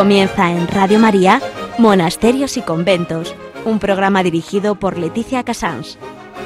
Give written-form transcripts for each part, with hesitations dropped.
Comienza en Radio María, Monasterios y Conventos, un programa dirigido por Leticia Casans.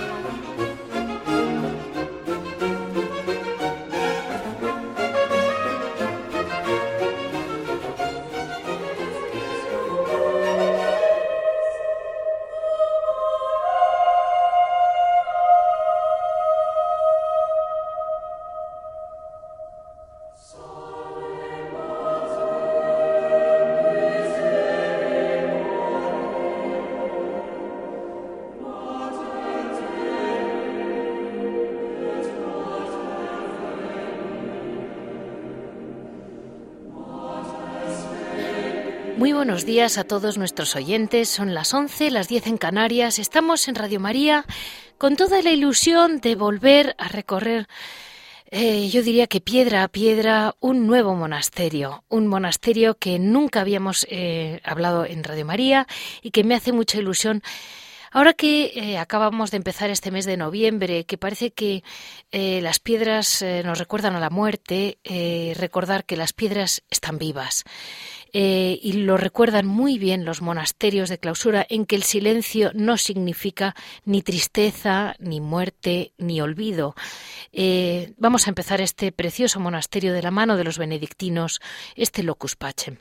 Muy buenos días a todos nuestros oyentes. Son las 11, las 10 en Canarias. Estamos en Radio María con toda la ilusión de volver a recorrer, yo diría que piedra a piedra, un nuevo monasterio. Un monasterio que nunca habíamos hablado en Radio María y que me hace mucha ilusión. Ahora que acabamos de empezar este mes de noviembre, que parece que las piedras nos recuerdan a la muerte, recordar que las piedras están vivas. Y lo recuerdan muy bien los monasterios de clausura, en que el silencio no significa ni tristeza, ni muerte, ni olvido. Vamos a empezar este precioso monasterio de la mano de los benedictinos, este Locus Pacem.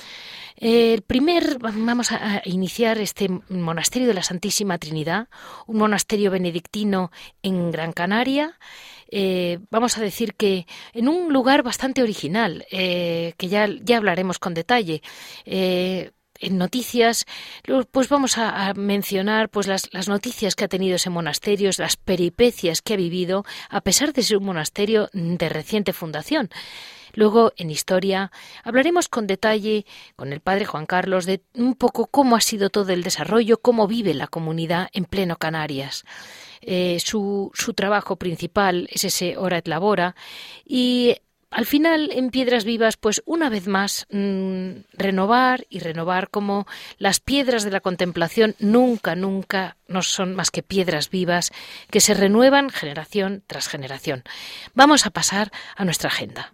Vamos a iniciar este monasterio de la Santísima Trinidad, un monasterio benedictino en Gran Canaria. Vamos a decir que en un lugar bastante original, que ya hablaremos con detalle. En noticias, pues vamos a mencionar pues las noticias que ha tenido ese monasterio, las peripecias que ha vivido, a pesar de ser un monasterio de reciente fundación. Luego, en historia, hablaremos con detalle con el padre Juan Carlos de un poco cómo ha sido todo el desarrollo, cómo vive la comunidad en pleno Canarias. Su trabajo principal es ese Ora et Labora, y al final, en Piedras Vivas, pues una vez más, renovar como las piedras de la contemplación nunca no son más que piedras vivas que se renuevan generación tras generación. Vamos a pasar a nuestra agenda.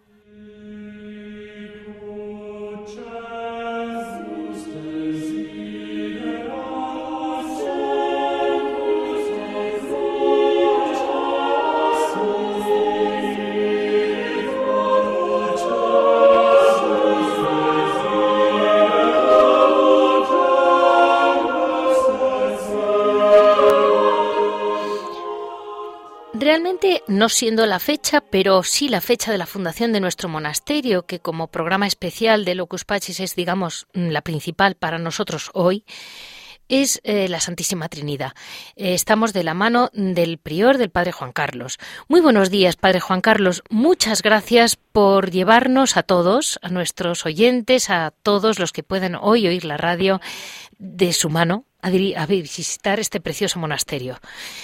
Realmente no siendo la fecha, pero sí la fecha de la fundación de nuestro monasterio, que como programa especial de Locus Pacem es, digamos, la principal para nosotros hoy, es la Santísima Trinidad. Estamos de la mano del prior, del padre Juan Carlos. Muy buenos días, padre Juan Carlos. Muchas gracias por llevarnos a todos, a nuestros oyentes, a todos los que puedan hoy oír la radio, de su mano, a visitar este precioso monasterio.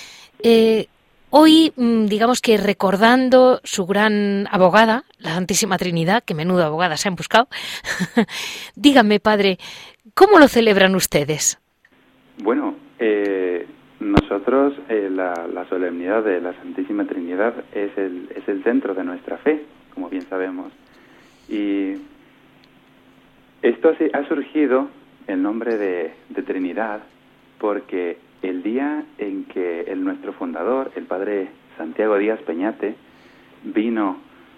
Hoy, digamos que recordando su gran abogada, la Santísima Trinidad, que menudo abogada se han buscado. Dígame, padre, ¿cómo lo celebran ustedes? Bueno, nosotros la solemnidad de la Santísima Trinidad es el centro de nuestra fe, como bien sabemos. Y esto ha surgido, el nombre de Trinidad, porque el día en que nuestro fundador, el padre Santiago Díaz Peñate, vino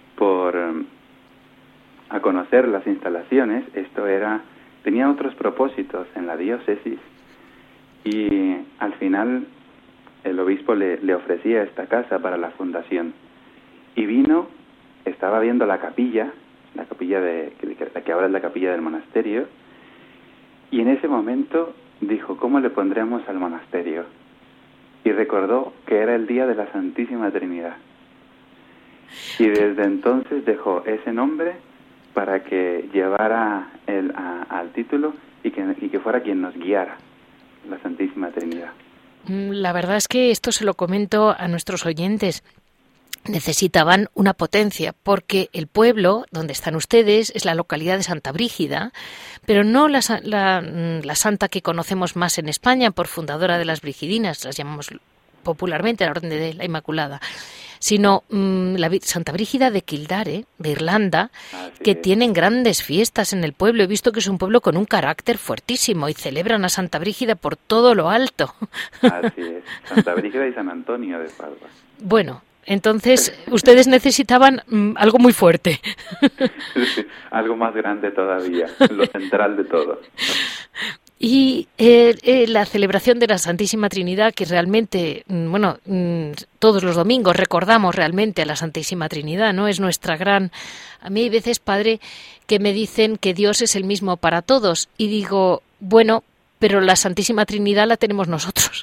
a conocer las instalaciones, tenía otros propósitos en la diócesis, y al final el obispo le ofrecía esta casa para la fundación. Y vino, estaba viendo la capilla que ahora es la capilla del monasterio, y en ese momento dijo, ¿cómo le pondremos al monasterio? Y recordó que era el día de la Santísima Trinidad. Y desde entonces dejó ese nombre para que llevara al título y que fuera quien nos guiara, la Santísima Trinidad. La verdad es que esto se lo comento a nuestros oyentes. Necesitaban una potencia, porque el pueblo donde están ustedes es la localidad de Santa Brígida, pero no la santa que conocemos más en España por fundadora de las Brigidinas, las llamamos popularmente la Orden de la Inmaculada, sino Santa Brígida de Kildare, de Irlanda, que tienen grandes fiestas en el pueblo. He visto que es un pueblo con un carácter fuertísimo y celebran a Santa Brígida por todo lo alto. Así es, Santa Brígida y San Antonio de Padua. Bueno, entonces ustedes necesitaban algo muy fuerte. Sí, algo más grande todavía, lo central de todo. Y la celebración de la Santísima Trinidad, que realmente, todos los domingos recordamos realmente a la Santísima Trinidad, ¿no? Es nuestra gran... A mí hay veces, Padre, que me dicen que Dios es el mismo para todos. Y digo, bueno, pero la Santísima Trinidad la tenemos nosotros.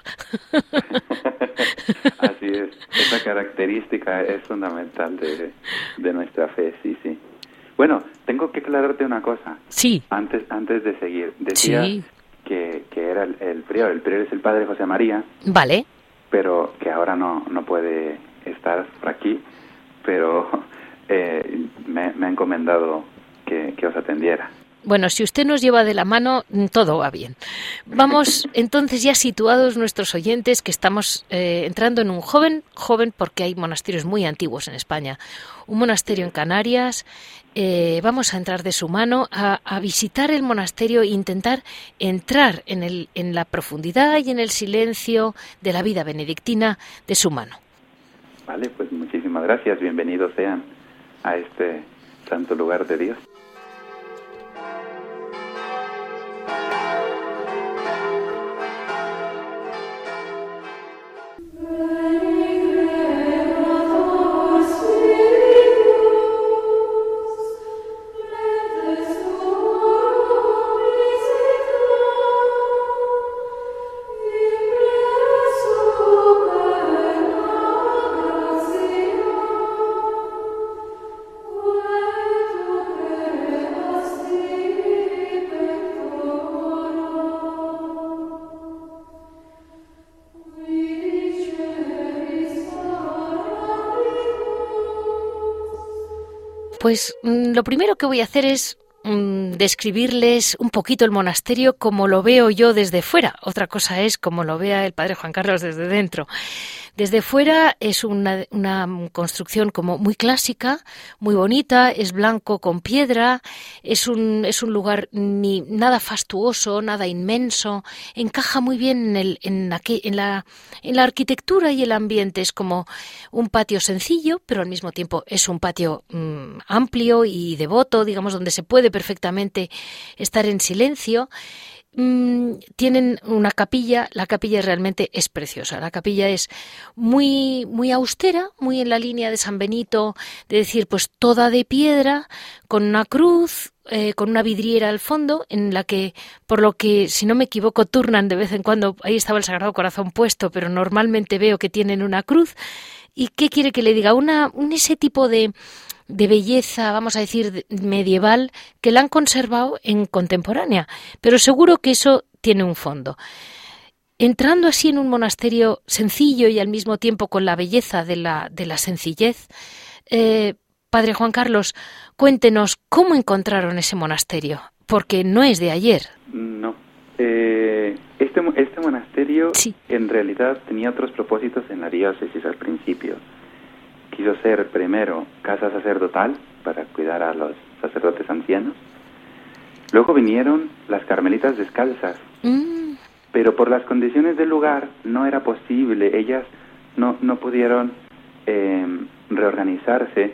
Así es, esa característica es fundamental de nuestra fe, sí. Bueno, tengo que aclararte una cosa. Sí. Antes de seguir. Decía que era el prior. El prior es el padre José María. Vale. Pero que ahora no puede estar por aquí. Pero me ha encomendado que os atendiera. Bueno, si usted nos lleva de la mano, todo va bien. Vamos, entonces, ya situados nuestros oyentes, que estamos entrando en un joven, porque hay monasterios muy antiguos en España, un monasterio en Canarias. Vamos a entrar de su mano a visitar el monasterio e intentar entrar en la profundidad y en el silencio de la vida benedictina de su mano. Vale, pues muchísimas gracias. Bienvenidos sean a este santo lugar de Dios. Pues lo primero que voy a hacer es describirles un poquito el monasterio como lo veo yo desde fuera. Otra cosa es como lo vea el padre Juan Carlos desde dentro. Desde fuera es una construcción como muy clásica, muy bonita, es blanco con piedra, es un lugar ni nada fastuoso, nada inmenso, encaja muy bien en la arquitectura y el ambiente. Es como un patio sencillo, pero al mismo tiempo es un patio amplio y devoto, digamos, donde se puede perfectamente estar en silencio. Tienen una capilla, la capilla realmente es preciosa, la capilla es muy, muy austera, muy en la línea de San Benito, de decir, pues toda de piedra, con una cruz, con una vidriera al fondo, en la que, por lo que, si no me equivoco, turnan de vez en cuando, ahí estaba el Sagrado Corazón puesto, pero normalmente veo que tienen una cruz. ¿Y qué quiere que le diga? Ese tipo de belleza, vamos a decir, medieval, que la han conservado en contemporánea, pero seguro que eso tiene un fondo. Entrando así en un monasterio sencillo y al mismo tiempo con la belleza de la sencillez, Padre Juan Carlos, cuéntenos cómo encontraron ese monasterio, porque no es de ayer. No, este monasterio en realidad tenía otros propósitos en la diócesis al principio. Quiso ser primero casa sacerdotal para cuidar a los sacerdotes ancianos. Luego vinieron las carmelitas descalzas, pero por las condiciones del lugar no era posible. Ellas no pudieron reorganizarse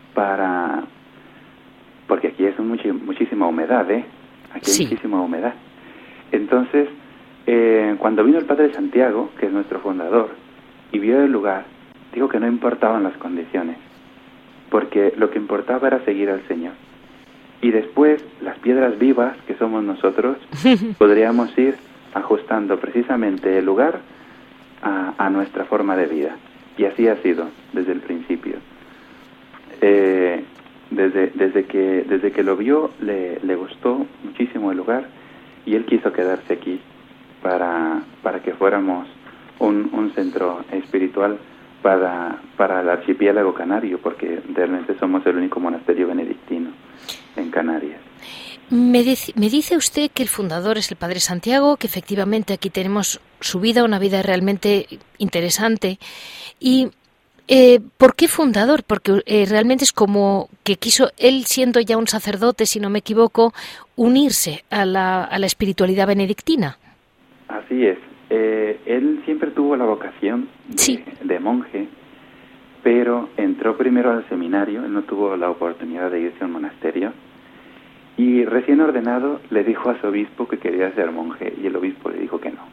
porque aquí es muchísima humedad, Aquí hay muchísima humedad. Entonces, cuando vino el Padre Santiago, que es nuestro fundador, y vio el lugar, digo que no importaban las condiciones, porque lo que importaba era seguir al Señor. Y después, las piedras vivas, que somos nosotros, podríamos ir ajustando precisamente el lugar a nuestra forma de vida. Y así ha sido desde el principio. Desde que lo vio, le gustó muchísimo el lugar, y él quiso quedarse aquí para que fuéramos un centro espiritual para el archipiélago canario, porque realmente somos el único monasterio benedictino en Canarias. Me dice usted que el fundador es el Padre Santiago, que efectivamente aquí tenemos su vida, una vida realmente interesante, y ¿Por qué fundador? Porque realmente es como que quiso, él siendo ya un sacerdote, si no me equivoco, unirse a la espiritualidad benedictina. Así es. Él siempre tuvo la vocación de monje, pero entró primero al seminario, él no tuvo la oportunidad de irse a un monasterio, y recién ordenado le dijo a su obispo que quería ser monje, y el obispo le dijo que no.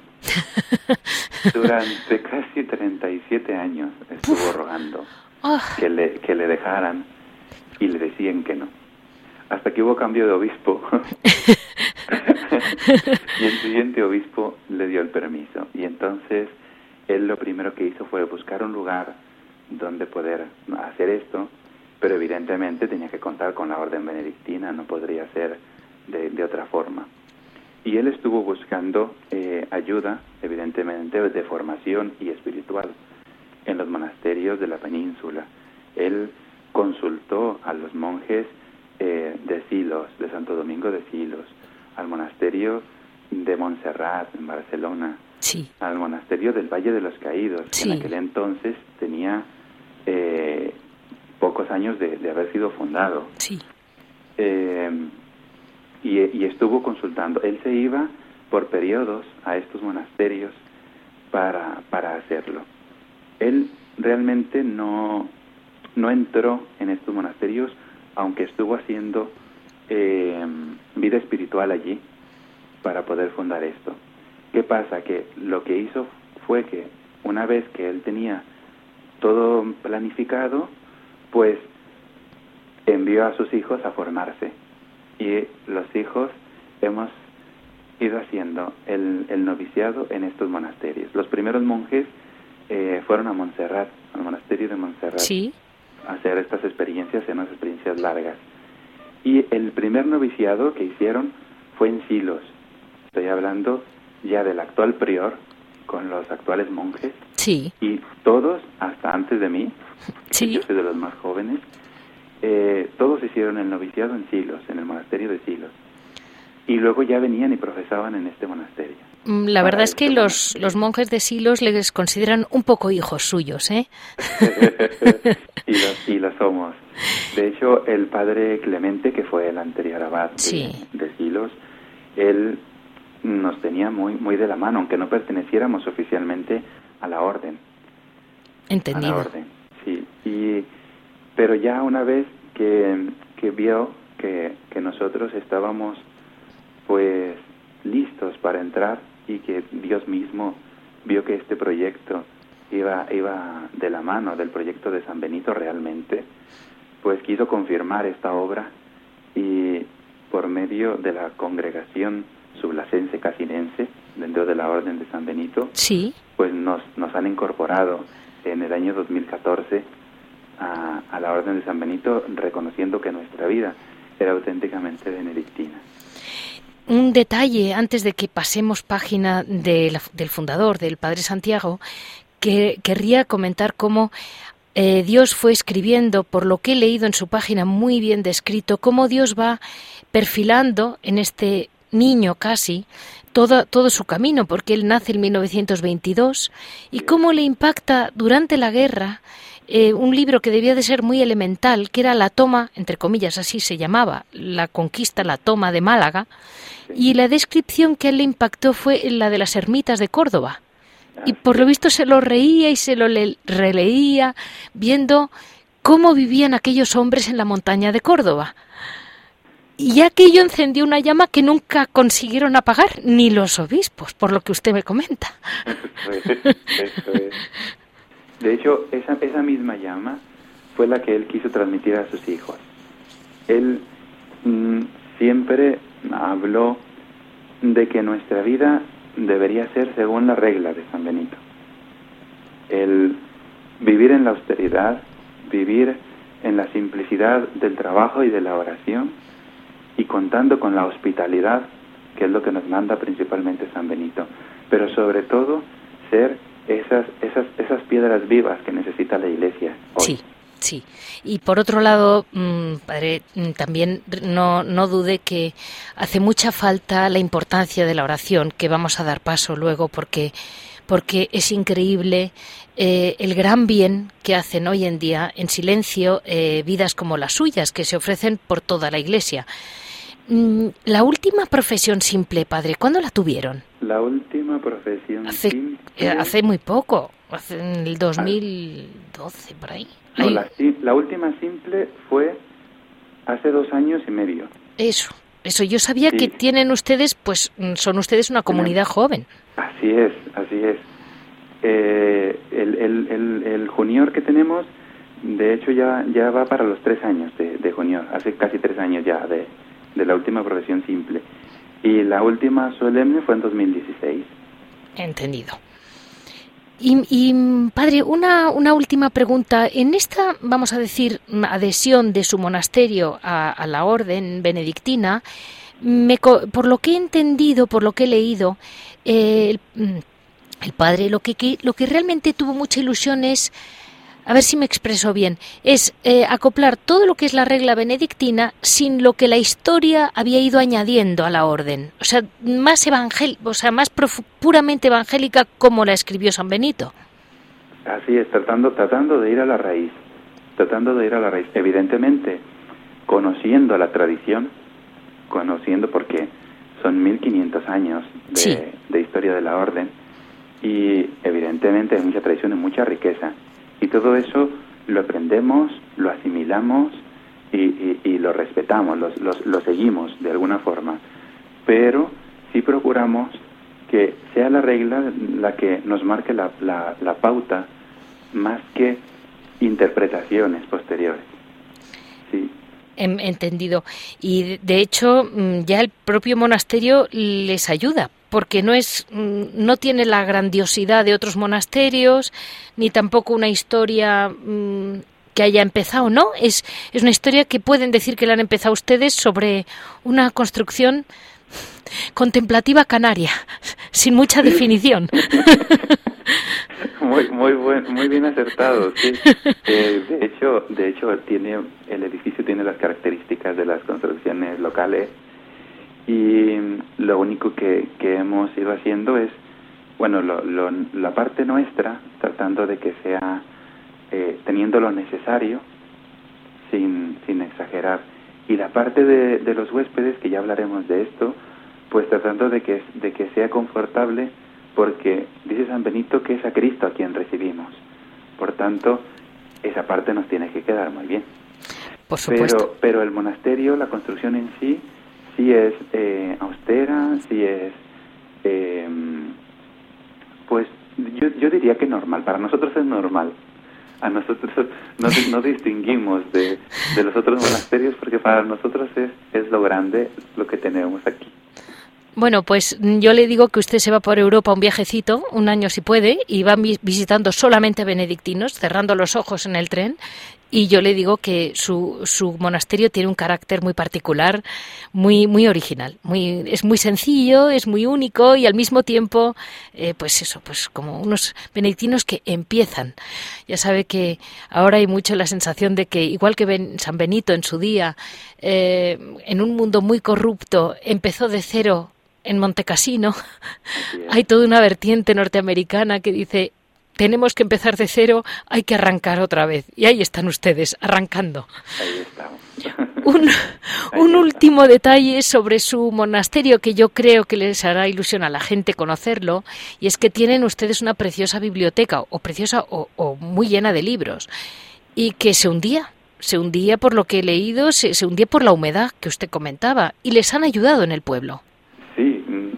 Durante casi 37 años estuvo rogando que le dejaran, y le decían que no. Hasta que hubo cambio de obispo. Y el siguiente obispo le dio el permiso. Y entonces él lo primero que hizo fue buscar un lugar donde poder hacer esto, pero evidentemente tenía que contar con la orden benedictina, no podría ser de otra forma. Y él estuvo buscando ayuda, evidentemente, de formación y espiritual en los monasterios de la península. Él consultó a los monjes de Silos, de Santo Domingo de Silos, al monasterio de Montserrat, en Barcelona, al monasterio del Valle de los Caídos, que en aquel entonces tenía pocos años de haber sido fundado. Y estuvo consultando. Él se iba por periodos a estos monasterios para hacerlo. Él realmente no entró en estos monasterios, aunque estuvo haciendo vida espiritual allí para poder fundar esto. ¿Qué pasa? Que lo que hizo fue que una vez que él tenía todo planificado, pues envió a sus hijos a formarse. Y los hijos hemos ido haciendo el noviciado en estos monasterios. Los primeros monjes fueron a Montserrat, al monasterio de Montserrat, a hacer estas experiencias, unas experiencias largas. Y el primer noviciado que hicieron fue en Silos. Estoy hablando ya del actual prior con los actuales monjes. Y todos, hasta antes de mí, yo soy de los más jóvenes, todos hicieron el noviciado en Silos, en el monasterio de Silos. Y luego ya venían y profesaban en este monasterio. La verdad es que los monjes de Silos les consideran un poco hijos suyos, ¿eh? y lo somos. De hecho, el padre Clemente, que fue el anterior abad de Silos, él nos tenía muy, muy de la mano, aunque no perteneciéramos oficialmente a la orden. Entendido. A la orden, sí. Pero ya una vez que vio que nosotros estábamos pues listos para entrar, y que Dios mismo vio que este proyecto iba de la mano del proyecto de San Benito realmente, pues quiso confirmar esta obra, y por medio de la congregación sublacense casinense dentro de la Orden de San Benito, pues nos han incorporado en el año 2014 a la Orden de San Benito, reconociendo que nuestra vida era auténticamente benedictina. Un detalle, antes de que pasemos página del fundador, del Padre Santiago, que querría comentar cómo Dios fue escribiendo, por lo que he leído en su página muy bien descrito, cómo Dios va perfilando en este niño casi todo su camino, porque él nace en 1922, y cómo le impacta durante la guerra un libro que debía de ser muy elemental, que era La toma, entre comillas así se llamaba, la conquista, la toma de Málaga, y la descripción que a él le impactó fue la de las ermitas de Córdoba. Y por lo visto se lo reía y se lo releía, viendo cómo vivían aquellos hombres en la montaña de Córdoba. Y aquello encendió una llama que nunca consiguieron apagar, ni los obispos, por lo que usted me comenta. Eso es. De hecho, esa misma llama fue la que él quiso transmitir a sus hijos. Él siempre habló de que nuestra vida debería ser según la regla de San Benito. El vivir en la austeridad, vivir en la simplicidad del trabajo y de la oración, y contando con la hospitalidad, que es lo que nos manda principalmente San Benito, pero sobre todo ser esas piedras vivas que necesita la Iglesia hoy. Sí. Y por otro lado, padre, también no dude que hace mucha falta la importancia de la oración, que vamos a dar paso luego, porque porque es increíble el gran bien que hacen hoy en día en silencio vidas como las suyas, que se ofrecen por toda la Iglesia. La última profesión simple, padre, ¿cuándo la tuvieron? La última profesión simple... Hace muy poco, en el 2012, por ahí. No, la última simple fue hace 2 años y medio. Eso, yo sabía que tienen ustedes, pues son ustedes una comunidad joven. Así es. El junior que tenemos, de hecho ya va para los 3 años de junior, hace casi 3 años ya de la última profesión simple. Y la última solemne fue en 2016. Entendido. Y padre, una última pregunta. En esta, vamos a decir, adhesión de su monasterio a la orden benedictina, por lo que he entendido, por lo que he leído, el padre lo que realmente tuvo mucha ilusión es, a ver si me expreso bien, es acoplar todo lo que es la regla benedictina sin lo que la historia había ido añadiendo a la orden. O sea, más puramente evangélica como la escribió San Benito. Así es, tratando de ir a la raíz. Evidentemente, conociendo la tradición, porque son 1500 años de historia de la orden, y evidentemente hay mucha tradición y mucha riqueza. Y todo eso lo aprendemos, lo asimilamos y lo respetamos, lo seguimos de alguna forma. Pero sí procuramos que sea la regla la que nos marque la pauta, más que interpretaciones posteriores. Sí. Entendido. Y de hecho ya el propio monasterio les ayuda, porque no tiene la grandiosidad de otros monasterios, ni tampoco una historia que haya empezado, ¿no? Es una historia que pueden decir que la han empezado ustedes sobre una construcción contemplativa canaria, sin mucha definición. Muy bien acertado, sí. De hecho el edificio tiene las características de las construcciones locales, y lo único que hemos ido haciendo es, la parte nuestra, tratando de que sea teniendo lo necesario sin exagerar, y la parte de los huéspedes, que ya hablaremos de esto, pues tratando de que sea confortable, porque dice San Benito que es a Cristo a quien recibimos. Por tanto, esa parte nos tiene que quedar muy bien. Por supuesto. Pero el monasterio, la construcción en sí es austera, sí es, pues yo diría que normal. Para nosotros es normal. A nosotros no distinguimos de los otros monasterios, porque para nosotros es lo grande lo que tenemos aquí. Bueno, pues yo le digo que usted se va por Europa un viajecito, 1 año si puede, y va visitando solamente benedictinos, cerrando los ojos en el tren, y yo le digo que su monasterio tiene un carácter muy particular, muy original, es muy sencillo, es muy único, y al mismo tiempo, pues como unos benedictinos que empiezan. Ya sabe que ahora hay mucho la sensación de que, igual que San Benito en su día, en un mundo muy corrupto, empezó de cero en Montecassino, hay toda una vertiente norteamericana que dice: tenemos que empezar de cero, hay que arrancar otra vez. Y ahí están ustedes, arrancando. Ahí estamos. Un último detalle sobre su monasterio, que yo creo que les hará ilusión a la gente conocerlo, y es que tienen ustedes una preciosa biblioteca, o preciosa o muy llena de libros, y que se hundía por lo que he leído, se hundía por la humedad que usted comentaba, y les han ayudado en el pueblo. Sí.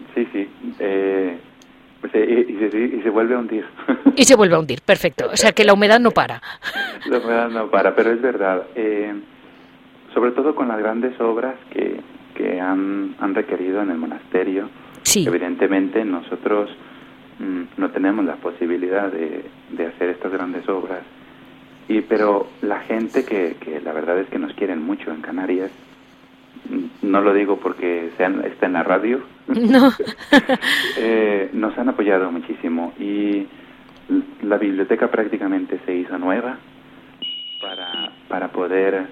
Y se vuelve a hundir. Y se vuelve a hundir, perfecto. O sea que la humedad no para. La humedad no para, pero es verdad. Sobre todo con las grandes obras que han requerido en el monasterio. Sí. Evidentemente nosotros no tenemos la posibilidad de hacer estas grandes obras. Pero la gente que la verdad es que nos quieren mucho en Canarias, no lo digo porque está en la radio, no. Nos han apoyado muchísimo, y la biblioteca prácticamente se hizo nueva para poder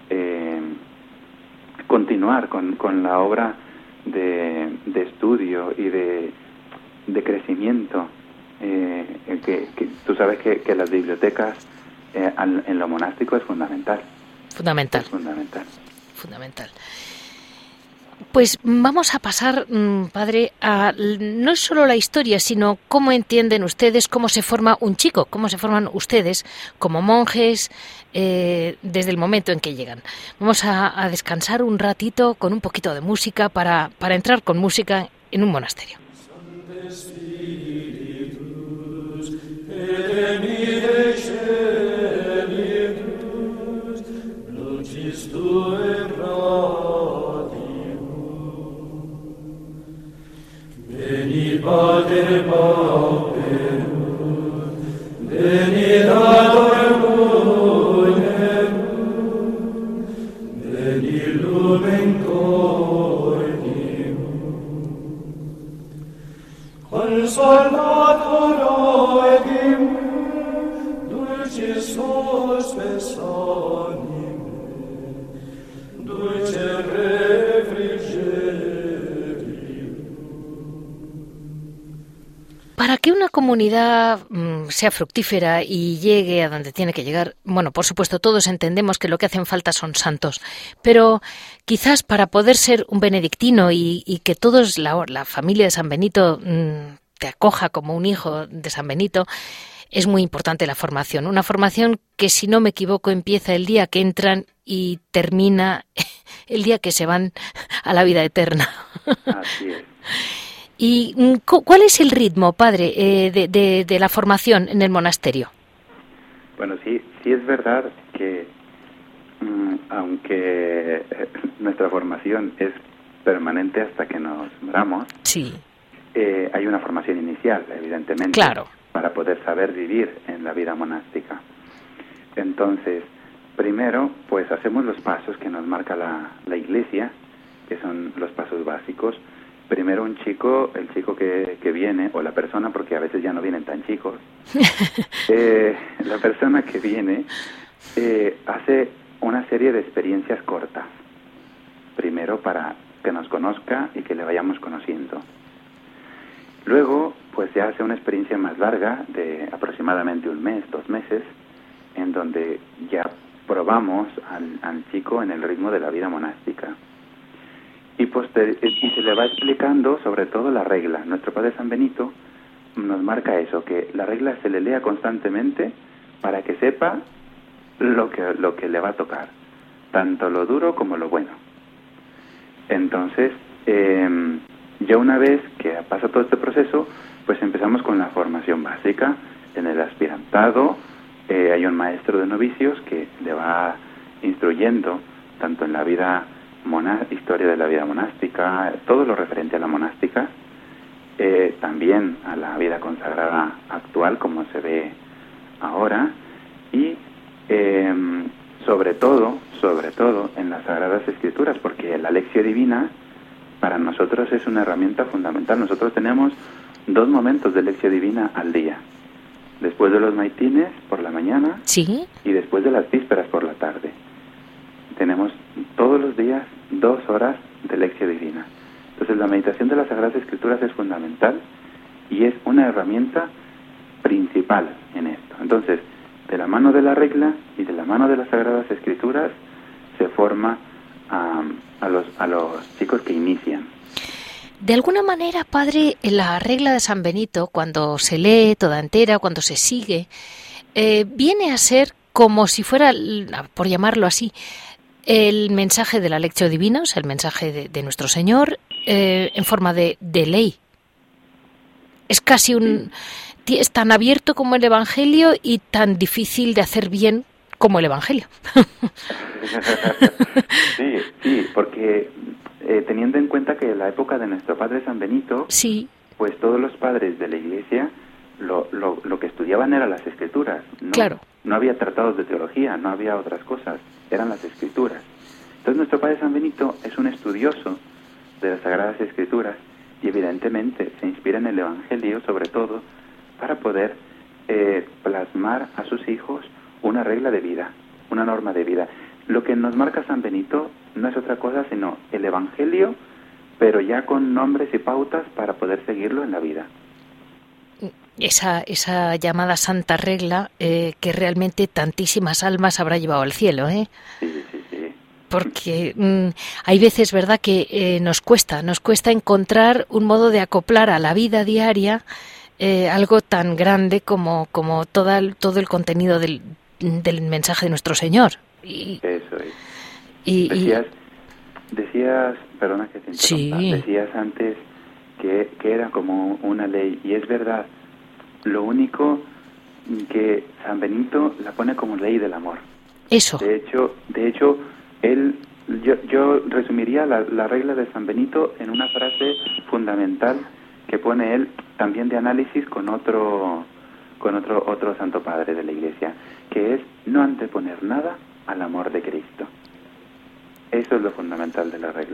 continuar con la obra de estudio y de crecimiento que tú sabes que las bibliotecas en lo monástico es fundamental. Fundamental. Es fundamental. Fundamental. Pues vamos a pasar, padre, a no solo la historia, sino cómo entienden ustedes, cómo se forma un chico, cómo se forman ustedes como monjes desde el momento en que llegan. Vamos a descansar un ratito con un poquito de música para entrar con música en un monasterio. Pater pauperum, venid adormum, venid lumen cordium. Consolator oegim, dulcis hospes anime, dulce refrigerium. Para que una comunidad sea fructífera y llegue a donde tiene que llegar, bueno, por supuesto, todos entendemos que lo que hacen falta son santos, pero quizás para poder ser un benedictino y que todos, la familia de San Benito te acoja como un hijo de San Benito, es muy importante la formación. Una formación que, si no me equivoco, empieza el día que entran y termina el día que se van a la vida eterna. Así es. ¿Y cuál es el ritmo, padre, de la formación en el monasterio? Bueno, sí es verdad que aunque nuestra formación es permanente hasta que nos moramos, sí, hay una formación inicial, evidentemente, claro, para poder saber vivir en la vida monástica. Entonces, primero, pues hacemos los pasos que nos marca la Iglesia, que son los pasos básicos. Primero el chico que viene, o la persona, porque a veces ya no vienen tan chicos, la persona que viene hace una serie de experiencias cortas. Primero para que nos conozca y que le vayamos conociendo. Luego, pues se hace una experiencia más larga, de aproximadamente 1 mes, 2 meses, en donde ya probamos al chico en el ritmo de la vida monástica. Y se le va explicando sobre todo la regla. Nuestro Padre San Benito nos marca eso, que la regla se le lea constantemente para que sepa lo que le va a tocar, tanto lo duro como lo bueno. Entonces, ya una vez que pasa todo este proceso, pues empezamos con la formación básica. En el aspirantado hay un maestro de novicios que le va instruyendo tanto en la vida historia de la vida monástica, todo lo referente a la monástica, también a la vida consagrada actual como se ve ahora, y sobre todo en las Sagradas Escrituras, porque la Lectio Divina para nosotros es una herramienta fundamental. Nosotros tenemos 2 momentos de Lectio Divina al día, después de los maitines por la mañana, ¿sí?, y después de las vísperas por la tarde. Tenemos todos los días 2 horas de Lectio Divina. Entonces la meditación de las Sagradas Escrituras es fundamental y es una herramienta principal en esto. Entonces, de la mano de la regla y de la mano de las Sagradas Escrituras se forma a los chicos que inician. De alguna manera, padre, la regla de San Benito, cuando se lee toda entera, cuando se sigue, viene a ser como si fuera, por llamarlo así, el mensaje de la Lectio Divina, o sea, el mensaje de nuestro Señor, en forma de ley. Es casi es tan abierto como el Evangelio y tan difícil de hacer bien como el Evangelio. Sí, porque teniendo en cuenta que en la época de nuestro Padre San Benito, sí, pues todos los padres de la Iglesia lo que estudiaban eran las Escrituras, ¿no? Claro. No había tratados de teología, no había otras cosas, eran las Escrituras. Entonces nuestro Padre San Benito es un estudioso de las Sagradas Escrituras y evidentemente se inspira en el Evangelio, sobre todo, para poder plasmar a sus hijos una regla de vida, una norma de vida. Lo que nos marca San Benito no es otra cosa sino el Evangelio, pero ya con nombres y pautas para poder seguirlo en la vida. esa llamada santa regla que realmente tantísimas almas habrá llevado al cielo, ¿eh? Sí. Porque hay veces, ¿verdad?, que nos cuesta encontrar un modo de acoplar a la vida diaria algo tan grande como todo el contenido del mensaje de nuestro Señor. Eso es. Decías, perdona que te interrumpa, sí. Decías antes que era como una ley, y es verdad. Lo único que San Benito la pone como ley del amor. Eso. De hecho, yo resumiría la regla de San Benito en una frase fundamental que pone él también de análisis con otro santo padre de la Iglesia, que es no anteponer nada al amor de Cristo. Eso es lo fundamental de la regla.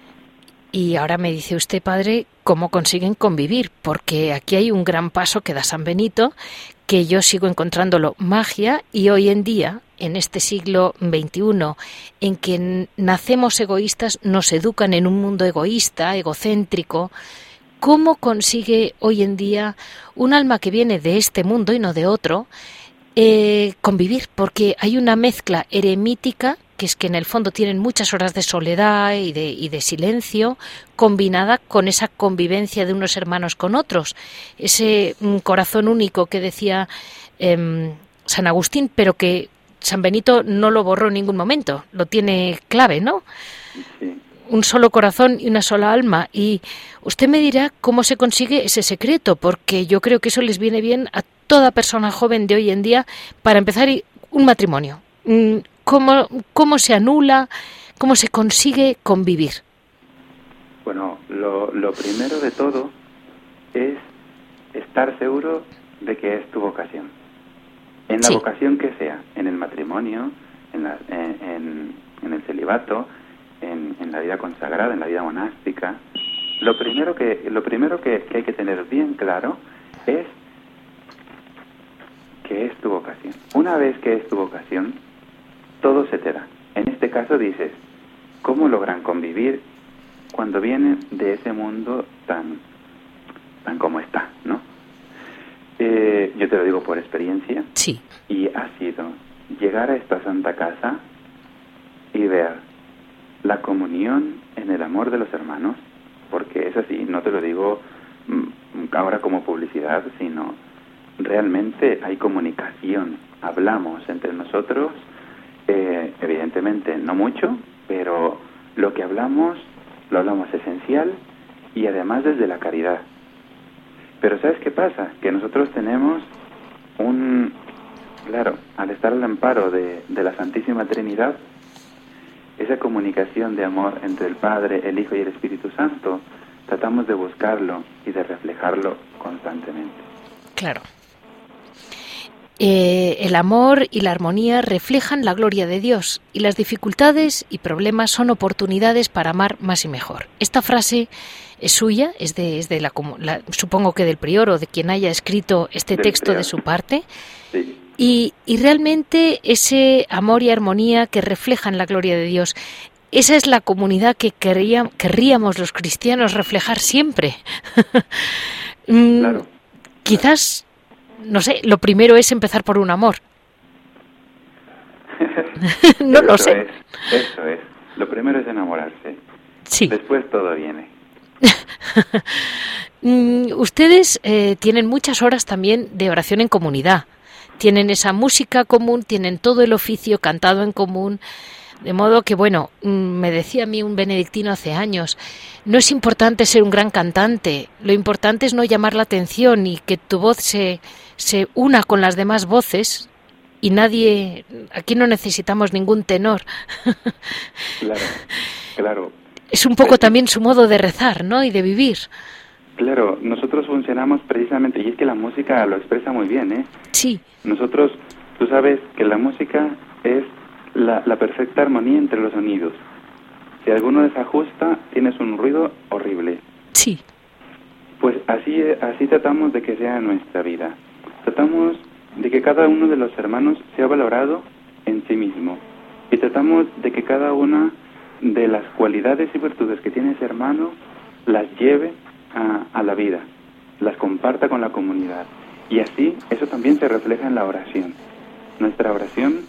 Y ahora me dice usted, padre, cómo consiguen convivir, porque aquí hay un gran paso que da San Benito, que yo sigo encontrándolo magia, y hoy en día, en este siglo XXI, en que nacemos egoístas, nos educan en un mundo egoísta, egocéntrico. ¿Cómo consigue hoy en día un alma que viene de este mundo y no de otro convivir? Porque hay una mezcla eremítica, que es que en el fondo tienen muchas horas de soledad y de silencio, combinada con esa convivencia de unos hermanos con otros. Ese corazón único que decía San Agustín, pero que San Benito no lo borró en ningún momento, lo tiene clave, ¿no? Sí. Un solo corazón y una sola alma. Y usted me dirá cómo se consigue ese secreto, porque yo creo que eso les viene bien a toda persona joven de hoy en día para empezar un matrimonio. ¿Cómo se anula? ¿Cómo se consigue convivir? Bueno, lo primero de todo es estar seguro de que es tu vocación. En la vocación que sea, en el matrimonio, en el celibato, en la vida consagrada, en la vida monástica. Lo primero que hay que tener bien claro es que es tu vocación. Una vez que es tu vocación, todo se te da. En este caso dices, ¿cómo logran convivir cuando vienen de ese mundo tan como está, ¿no? Yo te lo digo por experiencia. Sí. Y ha sido llegar a esta santa casa y ver la comunión en el amor de los hermanos, porque es así, no te lo digo ahora como publicidad, sino realmente hay comunicación, hablamos entre nosotros, evidentemente no mucho, pero lo que hablamos, lo hablamos esencial y además desde la caridad. Pero ¿sabes qué pasa? Que nosotros tenemos claro, al estar al amparo de la Santísima Trinidad, esa comunicación de amor entre el Padre, el Hijo y el Espíritu Santo, tratamos de buscarlo y de reflejarlo constantemente. Claro. El amor y la armonía reflejan la gloria de Dios, y las dificultades y problemas son oportunidades para amar más y mejor. Esta frase es suya, es de supongo que del prior o de quien haya escrito este texto de su parte. Sí. Y realmente ese amor y armonía que reflejan la gloria de Dios, esa es la comunidad que querríamos los cristianos reflejar siempre. Claro. Quizás, no sé, lo primero es empezar por un amor. No lo sé. Eso es. Lo primero es enamorarse. Sí. Después todo viene. Ustedes tienen muchas horas también de oración en comunidad. Tienen esa música común, tienen todo el oficio cantado en común, de modo que, bueno, me decía a mí un benedictino hace años, no es importante ser un gran cantante, lo importante es no llamar la atención y que tu voz se una con las demás voces, y aquí no necesitamos ningún tenor. Claro. Es un poco también su modo de rezar, ¿no?, y de vivir. Claro, nosotros funcionamos precisamente, y es que la música lo expresa muy bien, ¿eh? Sí. Nosotros, tú sabes que la música es la perfecta armonía entre los sonidos. Si alguno desajusta, tienes un ruido horrible. Sí. Pues así tratamos de que sea nuestra vida. Tratamos de que cada uno de los hermanos sea valorado en sí mismo. Y tratamos de que cada una de las cualidades y virtudes que tiene ese hermano las lleve a la vida. las comparta con la comunidad. Y así, eso también se refleja en la oración. Nuestra oración,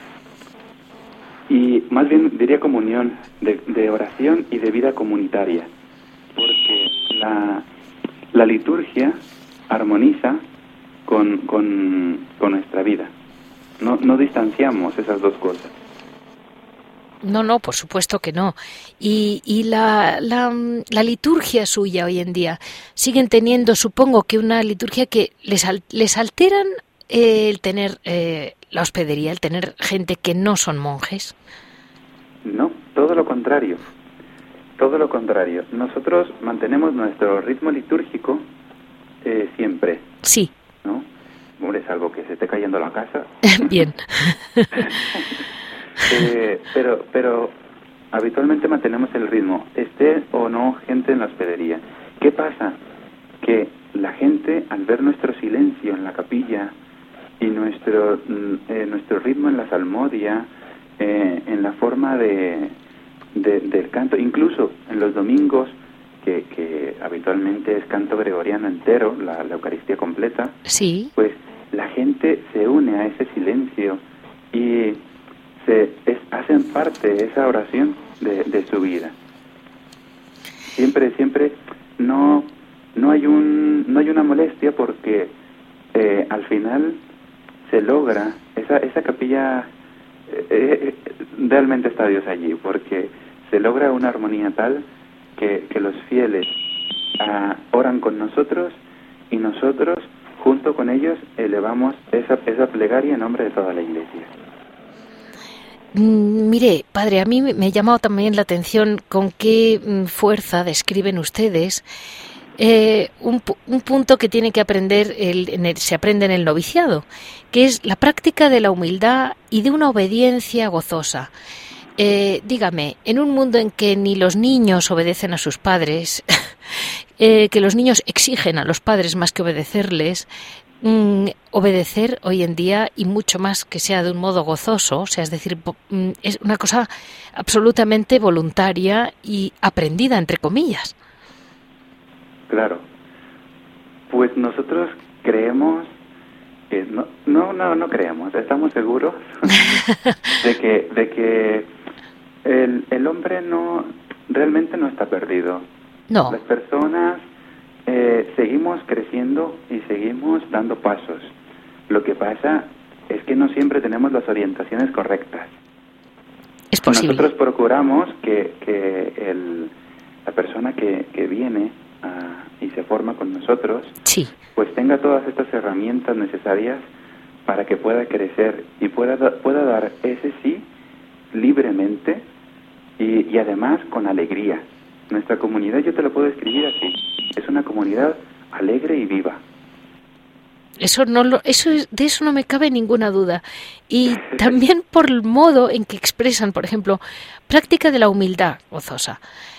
y más bien diría comunión, de oración y de vida comunitaria. Porque la liturgia armoniza con nuestra vida. No distanciamos esas dos cosas. No, por supuesto que no. Y la liturgia suya hoy en día, siguen teniendo, supongo que una liturgia que les alteran el tener la hospedería, el tener gente que no son monjes. No, todo lo contrario. Todo lo contrario. Nosotros mantenemos nuestro ritmo litúrgico siempre. Sí. ¿No? Hombre, es algo que se esté cayendo la casa. Bien. Pero habitualmente mantenemos el ritmo, esté o no gente en la hospedería. ¿Qué pasa? Que la gente, al ver nuestro silencio en la capilla y nuestro ritmo en la salmodia, en la forma del canto, incluso en los domingos, que habitualmente es canto gregoriano entero, la Eucaristía completa, sí, pues la gente se une a ese silencio y hacen parte de esa oración de su vida. Siempre no hay una molestia, porque al final se logra esa capilla. Realmente está Dios allí, porque se logra una armonía tal que los fieles oran con nosotros, y nosotros junto con ellos elevamos esa plegaria en nombre de toda la Iglesia. Mire, padre, a mí me ha llamado también la atención con qué fuerza describen ustedes un punto que tiene que aprender, se aprende en el noviciado, que es la práctica de la humildad y de una obediencia gozosa. Dígame, en un mundo en que ni los niños obedecen a sus padres, que los niños exigen a los padres más que obedecerles, obedecer hoy en día, y mucho más que sea de un modo gozoso, o sea, es decir, es una cosa absolutamente voluntaria y aprendida, entre comillas. Claro. Pues nosotros creemos que no creemos, estamos seguros de que el hombre realmente no está perdido. No. Las personas seguimos creciendo y seguimos dando pasos. Lo que pasa es que no siempre tenemos las orientaciones correctas. Es posible. Nosotros procuramos que la persona que viene y se forma con nosotros, sí, pues tenga todas estas herramientas necesarias para que pueda crecer y pueda dar ese sí libremente y además con alegría. Nuestra comunidad, yo te lo puedo describir así, es una comunidad alegre y viva. De eso no me cabe ninguna duda. Y también por el modo en que expresan, por ejemplo, práctica de la humildad gozosa.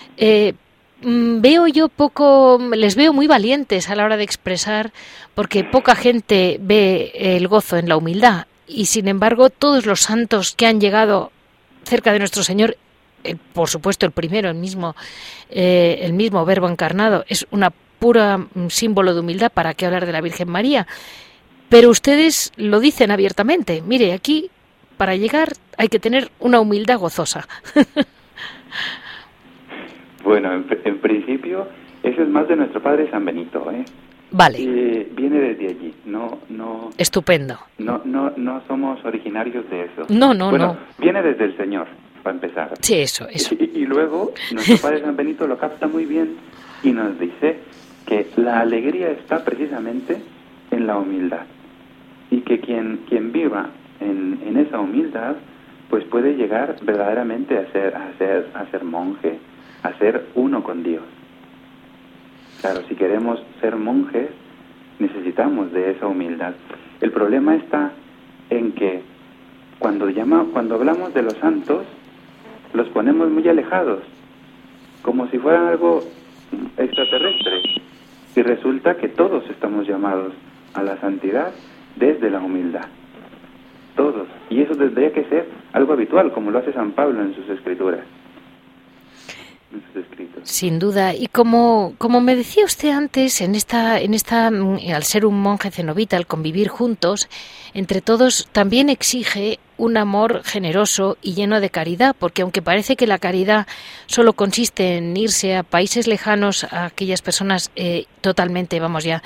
Les veo muy valientes a la hora de expresar, porque poca gente ve el gozo en la humildad, y sin embargo todos los santos que han llegado cerca de nuestro Señor, por supuesto el primero, el mismo Verbo encarnado, es una pura símbolo de humildad. ¿Para qué hablar de la Virgen María? Pero ustedes lo dicen abiertamente. Mire, aquí para llegar hay que tener una humildad gozosa. Bueno, en principio eso es más de nuestro padre San Benito, ¿eh? Vale. Viene desde allí. No. Estupendo. No somos originarios de eso. No. Viene desde el Señor, para empezar. Sí, eso. Y luego nuestro padre San Benito lo capta muy bien y nos dice que la alegría está precisamente en la humildad, y que quien viva en esa humildad, pues puede llegar verdaderamente a ser monje, a ser uno con Dios. Claro, si queremos ser monjes, necesitamos de esa humildad. El problema está en que cuando hablamos de los santos, los ponemos muy alejados, como si fueran algo extraterrestre. Y resulta que todos estamos llamados a la santidad desde la humildad. Todos. Y eso tendría que ser algo habitual, como lo hace San Pablo en sus escrituras. en sus escritos. Sin duda. Y como me decía usted antes, en esta, al ser un monje cenobita, al convivir juntos, entre todos también exige un amor generoso y lleno de caridad, porque aunque parece que la caridad solo consiste en irse a países lejanos, a aquellas personas totalmente,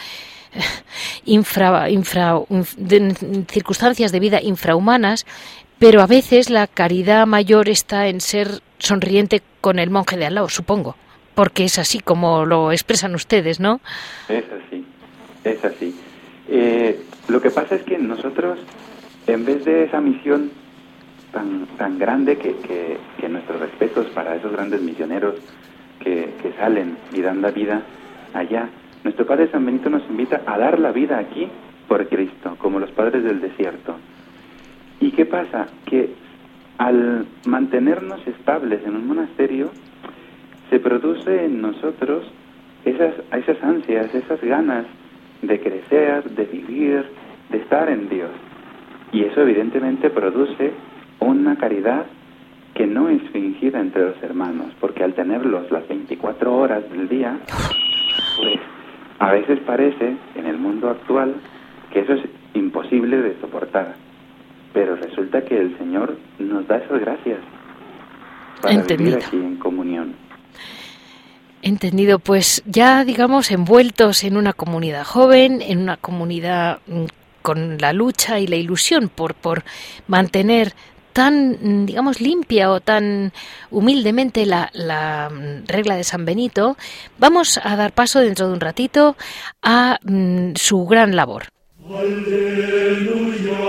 de circunstancias de vida infrahumanas, pero a veces la caridad mayor está en ser sonriente con el monje de al lado, supongo, porque es así como lo expresan ustedes, ¿no? Es así. Lo que pasa es que nosotros, en vez de esa misión tan grande, que nuestros respetos para esos grandes misioneros que salen y dan la vida allá, nuestro Padre San Benito nos invita a dar la vida aquí por Cristo, como los padres del desierto. ¿Y qué pasa? Que al mantenernos estables en un monasterio, se produce en nosotros esas ansias, esas ganas de crecer, de vivir, de estar en Dios. Y eso evidentemente produce una caridad que no es fingida entre los hermanos, porque al tenerlos las 24 horas del día, pues a veces parece, en el mundo actual, que eso es imposible de soportar. Pero resulta que el Señor nos da esas gracias para vivir aquí en comunión. Entendido, pues ya digamos envueltos en una comunidad joven, en una comunidad con la lucha y la ilusión por mantener tan, digamos, limpia o tan humildemente la regla de San Benito, vamos a dar paso dentro de un ratito a su gran labor. Aleluya,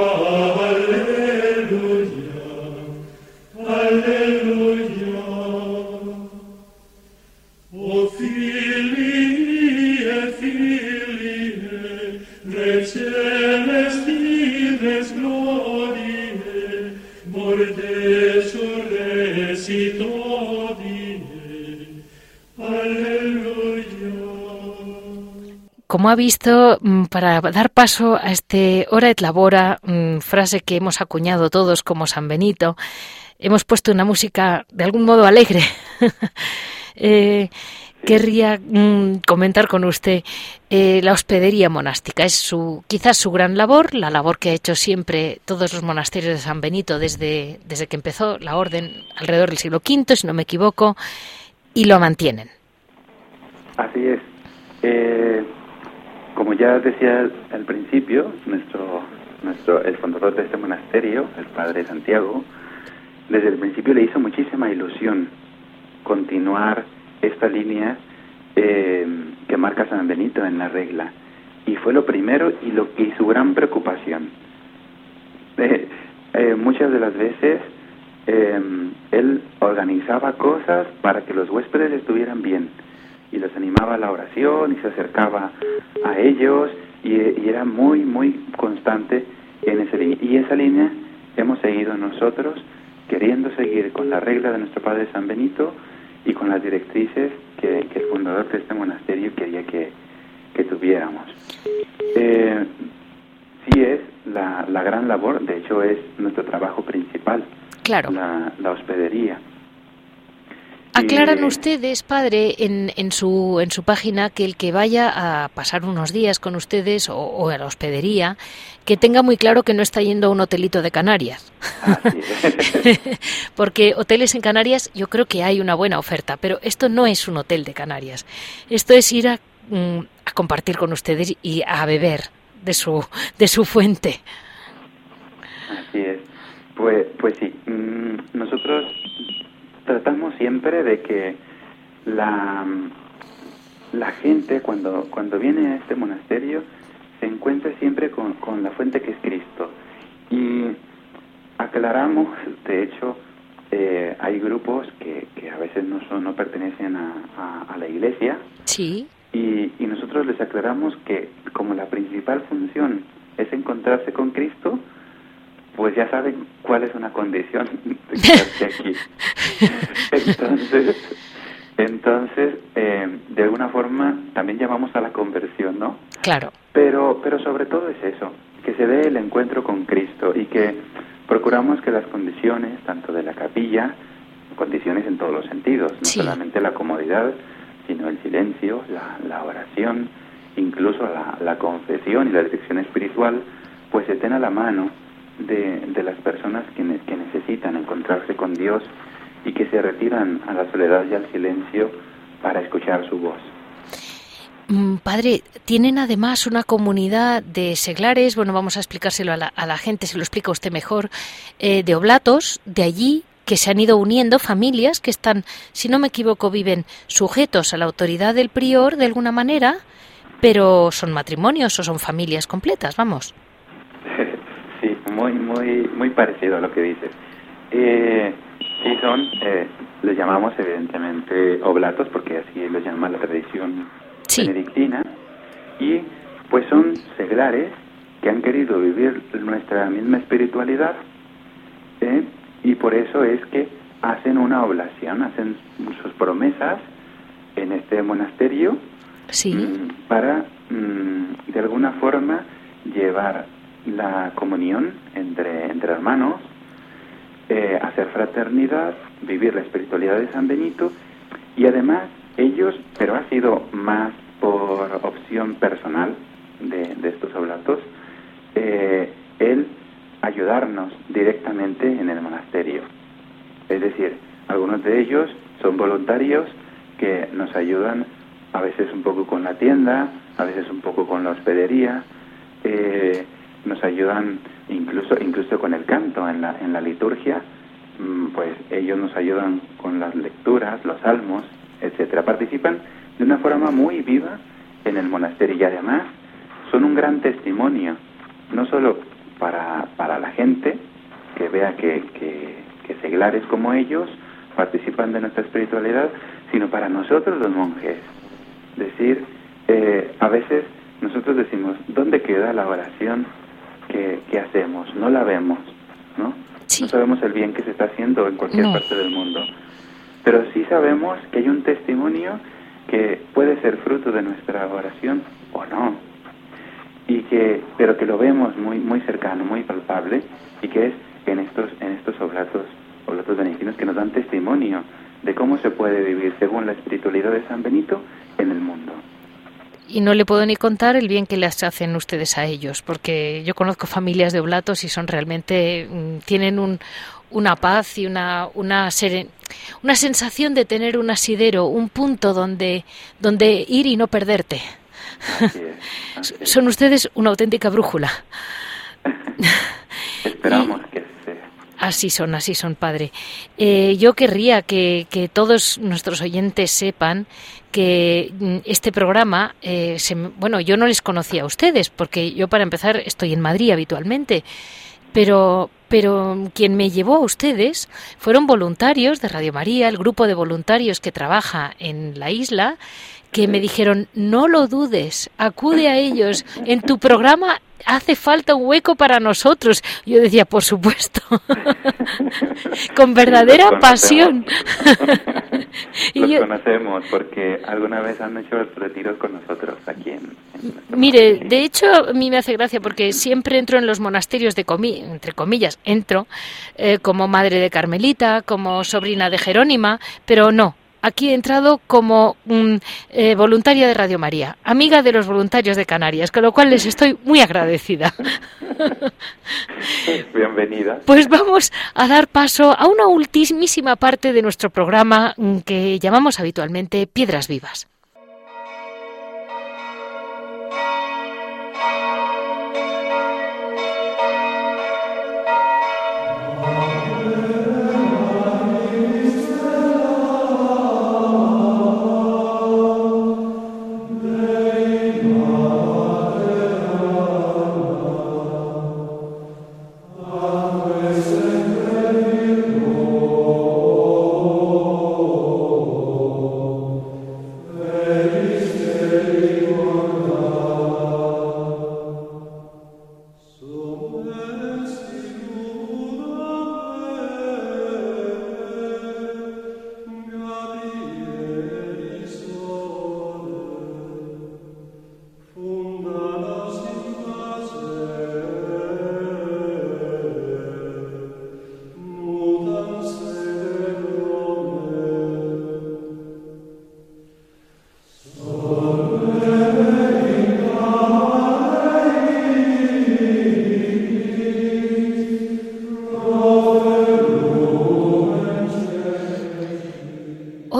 aleluya, aleluya. O Filii, Filii, Receles Fides Gloriae, Morde surrecito die. Aleluya. Como ha visto, para dar paso a este Ora et Labora, frase que hemos acuñado todos como San Benito, hemos puesto una música de algún modo alegre. Querría comentar con usted la hospedería monástica. Es quizás su gran labor, la labor que ha hecho siempre todos los monasterios de San Benito desde que empezó la orden alrededor del siglo V, si no me equivoco, y lo mantienen. Así es. Como ya decía al principio, el fundador de este monasterio, el padre Santiago, desde el principio le hizo muchísima ilusión continuar esta línea que marca San Benito en la regla, y fue lo primero y su gran preocupación. Muchas de las veces él organizaba cosas para que los huéspedes estuvieran bien, y los animaba a la oración y se acercaba a ellos y era muy, muy constante en esa línea. Y esa línea hemos seguido nosotros, queriendo seguir con la regla de nuestro Padre San Benito y con las directrices que el fundador de este monasterio quería que tuviéramos. Sí es la gran labor, de hecho es nuestro trabajo principal, claro, la hospedería. Aclaran ustedes, padre, en su página, que el que vaya a pasar unos días con ustedes o a la hospedería, que tenga muy claro que no está yendo a un hotelito de Canarias. Porque hoteles en Canarias yo creo que hay una buena oferta, pero esto no es un hotel de Canarias. Esto es ir a compartir con ustedes y a beber de su fuente. Así es. Pues sí, nosotros tratamos siempre de que la gente cuando viene a este monasterio se encuentre siempre con la fuente que es Cristo. Y aclaramos, de hecho, hay grupos que a veces no pertenecen a la iglesia. Sí. Y nosotros les aclaramos que como la principal función es encontrarse con Cristo, pues ya saben cuál es una condición de quedarse aquí. Entonces de alguna forma también llamamos a la conversión, ¿no? Claro. Pero sobre todo es eso, que se dé el encuentro con Cristo y que procuramos que las condiciones, tanto de la capilla condiciones en todos los sentidos, no solamente la comodidad, sino el silencio, la oración, incluso la confesión y la dirección espiritual, pues estén a la mano de las personas que necesitan encontrarse con Dios y que se retiran a la soledad y al silencio para escuchar su voz. Padre, tienen además una comunidad de seglares, bueno, vamos a explicárselo a la gente, se lo explica usted mejor, de oblatos de allí, que se han ido uniendo, familias que están, si no me equivoco, viven sujetos a la autoridad del prior de alguna manera, pero son matrimonios o son familias completas, vamos. Sí, muy parecido a lo que dices. Sí son, les llamamos evidentemente oblatos, porque así los llama la tradición benedictina, y pues son seglares que han querido vivir nuestra misma espiritualidad, y por eso es que hacen una oblación, hacen sus promesas en este monasterio, para de alguna forma llevar la comunión entre hermanos, hacer fraternidad, vivir la espiritualidad de San Benito, y además ellos, pero ha sido más por opción personal de estos oblatos, el ayudarnos directamente en el monasterio. Es decir, algunos de ellos son voluntarios que nos ayudan a veces un poco con la tienda, a veces un poco con la hospedería, nos ayudan incluso con el canto en la liturgia, pues ellos nos ayudan con las lecturas, los salmos, etcétera. Participan de una forma muy viva en el monasterio y además son un gran testimonio, no solo para la gente que vea que seglares como ellos participan de nuestra espiritualidad, sino para nosotros los monjes. Decir, a veces nosotros decimos, ¿dónde queda la oración que hacemos? No la vemos, ¿no? Sí. No sabemos el bien que se está haciendo en cualquier parte del mundo. Pero sí sabemos que hay un testimonio que puede ser fruto de nuestra oración o no. Pero que lo vemos muy cercano, muy palpable, y que es en estos oblatos benedictinos que nos dan testimonio de cómo se puede vivir según la espiritualidad de San Benito en el mundo. Y no le puedo ni contar el bien que les hacen ustedes a ellos, porque yo conozco familias de oblatos y son realmente, tienen una paz y una sensación de tener un asidero, un punto donde ir y no perderte. Así es. Son ustedes una auténtica brújula. Esperamos que sea. Así son, padre. Yo querría que todos nuestros oyentes sepan que este programa, yo no les conocía a ustedes, porque yo para empezar estoy en Madrid habitualmente, pero quien me llevó a ustedes fueron voluntarios de Radio María, el grupo de voluntarios que trabaja en la isla, que me dijeron, no lo dudes, acude a ellos, en tu programa hace falta un hueco para nosotros. Yo decía, por supuesto, con verdadera pasión. Los conocemos porque alguna vez han hecho los retiros con nosotros aquí en Mire, de hecho, a mí me hace gracia porque siempre entro en los monasterios entre comillas, como madre de Carmelita, como sobrina de Jerónima, pero no. Aquí he entrado como voluntaria de Radio María, amiga de los voluntarios de Canarias, con lo cual les estoy muy agradecida. Bienvenida. Pues vamos a dar paso a una ultimísima parte de nuestro programa que llamamos habitualmente Piedras Vivas.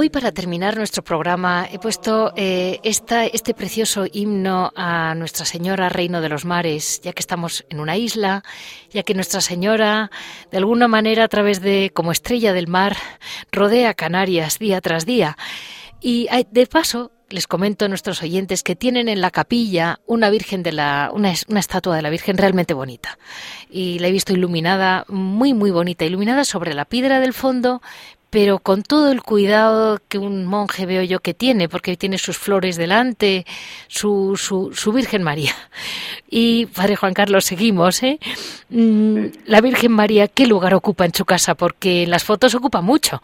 hoy, para terminar nuestro programa, he puesto este precioso himno a Nuestra Señora, Reino de los Mares, ya que estamos en una isla, ya que Nuestra Señora, de alguna manera, a través de, como estrella del mar, rodea Canarias día tras día. Y de paso, les comento a nuestros oyentes que tienen en la capilla una estatua de la Virgen realmente bonita. Y la he visto iluminada, muy, muy bonita, iluminada sobre la piedra del fondo, pero con todo el cuidado que un monje veo yo que tiene, porque tiene sus flores delante, su Virgen María. Y, Padre Juan Carlos, seguimos, ¿eh? La Virgen María, ¿qué lugar ocupa en su casa? Porque en las fotos ocupa mucho.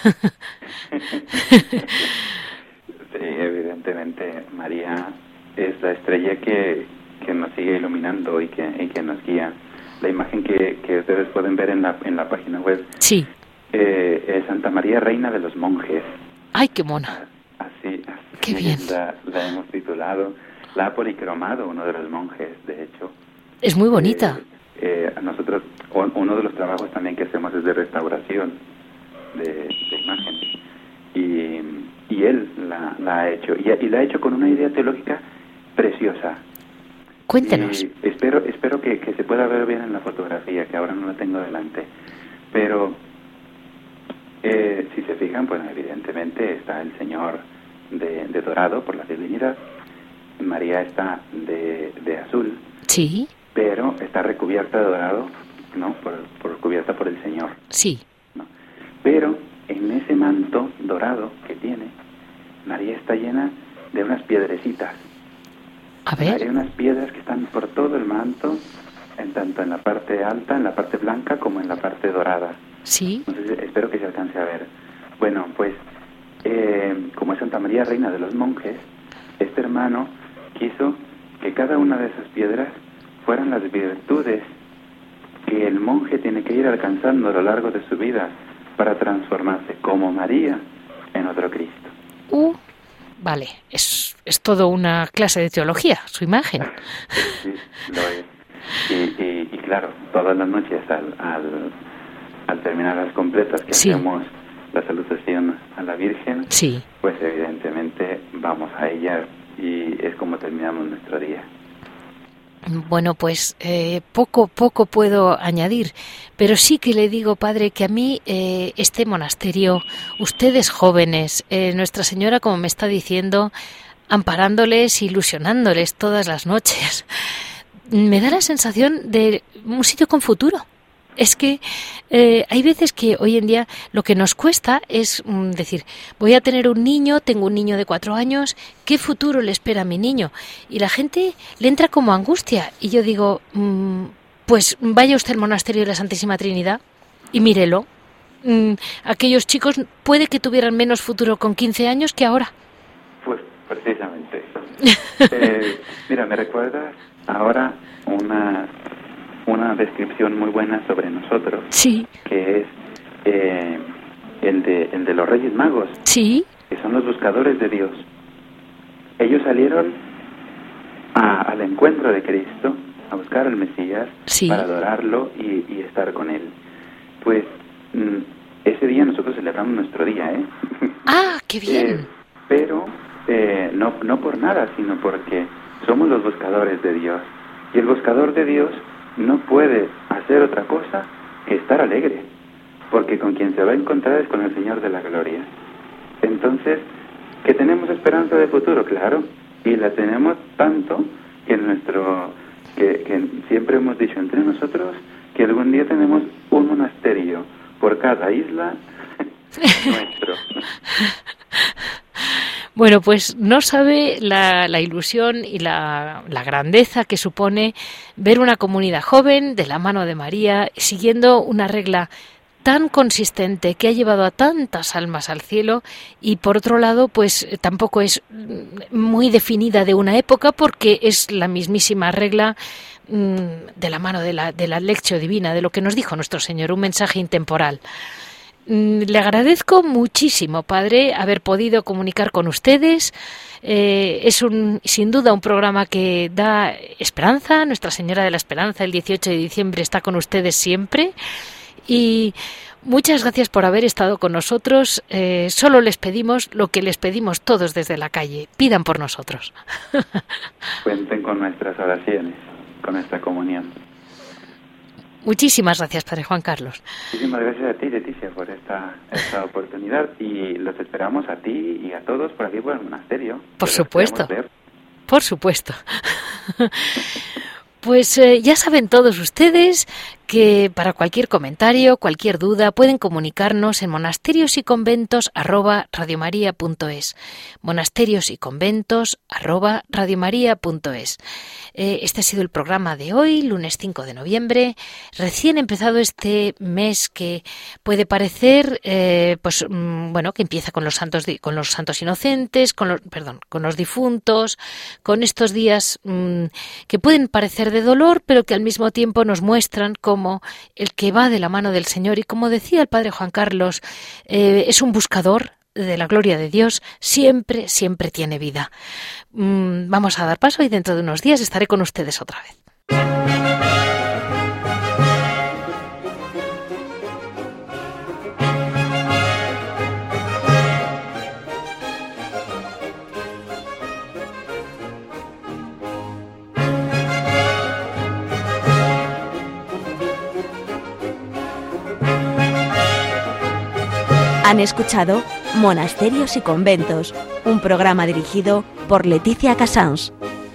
Sí, evidentemente María es la estrella que nos sigue iluminando y que nos guía. La imagen que ustedes pueden ver en la página web. Sí. Es Santa María, Reina de los Monjes. ¡Ay, qué mona! Así ¡Qué bien! La hemos titulado. La ha policromado uno de los monjes, de hecho. Es muy bonita. Nosotros, uno de los trabajos también que hacemos es de restauración de imagen. Y él la ha hecho. Y la ha hecho con una idea teológica preciosa. Cuéntenos. Espero que se pueda ver bien en la fotografía, que ahora no la tengo delante. Pero si se fijan, pues evidentemente está el Señor de dorado por la divinidad. María está de azul. Sí. Pero está recubierta de dorado, ¿no? Cubierta por el Señor. Sí. ¿No? Pero en ese manto dorado que tiene, María está llena de unas piedrecitas. A ver. Hay unas piedras que están por todo el manto, tanto en la parte alta, en la parte blanca, como en la parte dorada. Sí. Entonces, espero que se alcance a ver. Bueno, pues, como es Santa María, Reina de los Monjes, este hermano quiso que cada una de esas piedras fueran las virtudes que el monje tiene que ir alcanzando a lo largo de su vida para transformarse, como María, en otro Cristo. Vale, es todo una clase de teología, su imagen. Sí, lo es. Y claro, todas las noches al terminar las completas que hacemos la salutación a la Virgen, sí, pues evidentemente vamos a ella y es como terminamos nuestro día. Bueno, pues poco puedo añadir, pero sí que le digo, Padre, que a mí este monasterio, ustedes jóvenes, Nuestra Señora, como me está diciendo, amparándoles, ilusionándoles todas las noches, me da la sensación de un sitio con futuro. Es que hay veces que hoy en día lo que nos cuesta es decir, voy a tener un niño, tengo un niño de 4 años, ¿qué futuro le espera a mi niño? Y la gente le entra como angustia. Y yo digo, pues vaya usted al monasterio de la Santísima Trinidad y mírelo. Aquellos chicos puede que tuvieran menos futuro con 15 años que ahora. Pues precisamente. Mira, me recuerdas ahora una descripción muy buena sobre nosotros, sí, que es el de los Reyes Magos, sí, que son los buscadores de Dios. Ellos salieron al encuentro de Cristo, a buscar al Mesías, sí, para adorarlo y estar con él. Pues ese día nosotros celebramos nuestro día, ¿eh? ¡Ah, qué bien! Pero no por nada, sino porque somos los buscadores de Dios. Y el buscador de Dios no puede hacer otra cosa que estar alegre, porque con quien se va a encontrar es con el Señor de la Gloria. Entonces, que tenemos esperanza de futuro, claro, y la tenemos tanto que que siempre hemos dicho entre nosotros que algún día tenemos un monasterio por cada isla nuestro. Bueno, pues no sabe la ilusión y la grandeza que supone ver una comunidad joven de la mano de María, siguiendo una regla tan consistente que ha llevado a tantas almas al cielo y por otro lado pues tampoco es muy definida de una época porque es la mismísima regla de la mano de la Lectio Divina, de lo que nos dijo nuestro Señor, un mensaje intemporal. Le agradezco muchísimo, Padre, haber podido comunicar con ustedes. Es sin duda un programa que da esperanza. Nuestra Señora de la Esperanza, el 18 de diciembre, está con ustedes siempre. Y Muchas gracias por haber estado con nosotros. Solo les pedimos lo que les pedimos todos desde la calle. Pidan por nosotros. Cuenten con nuestras oraciones, con nuestra comunión. Muchísimas gracias, Padre Juan Carlos. Muchísimas gracias a ti, Leticia, por esta oportunidad, y los esperamos a ti y a todos por aquí por el monasterio. Por supuesto. Por supuesto. Pues ya saben todos ustedes que para cualquier comentario, cualquier duda, pueden comunicarnos en monasteriosyconventos@radiomaria.es. monasteriosyconventos@radiomaria.es. Este ha sido el programa de hoy, lunes 5 de noviembre, recién empezado este mes que puede parecer, que empieza con los santos inocentes, con los difuntos, con estos días que pueden parecer de dolor, pero que al mismo tiempo nos muestran como el que va de la mano del Señor, y como decía el Padre Juan Carlos, es un buscador de la gloria de Dios, siempre tiene vida. Vamos a dar paso y dentro de unos días estaré con ustedes otra vez. Han escuchado Monasterios y Conventos, un programa dirigido por Leticia Casans.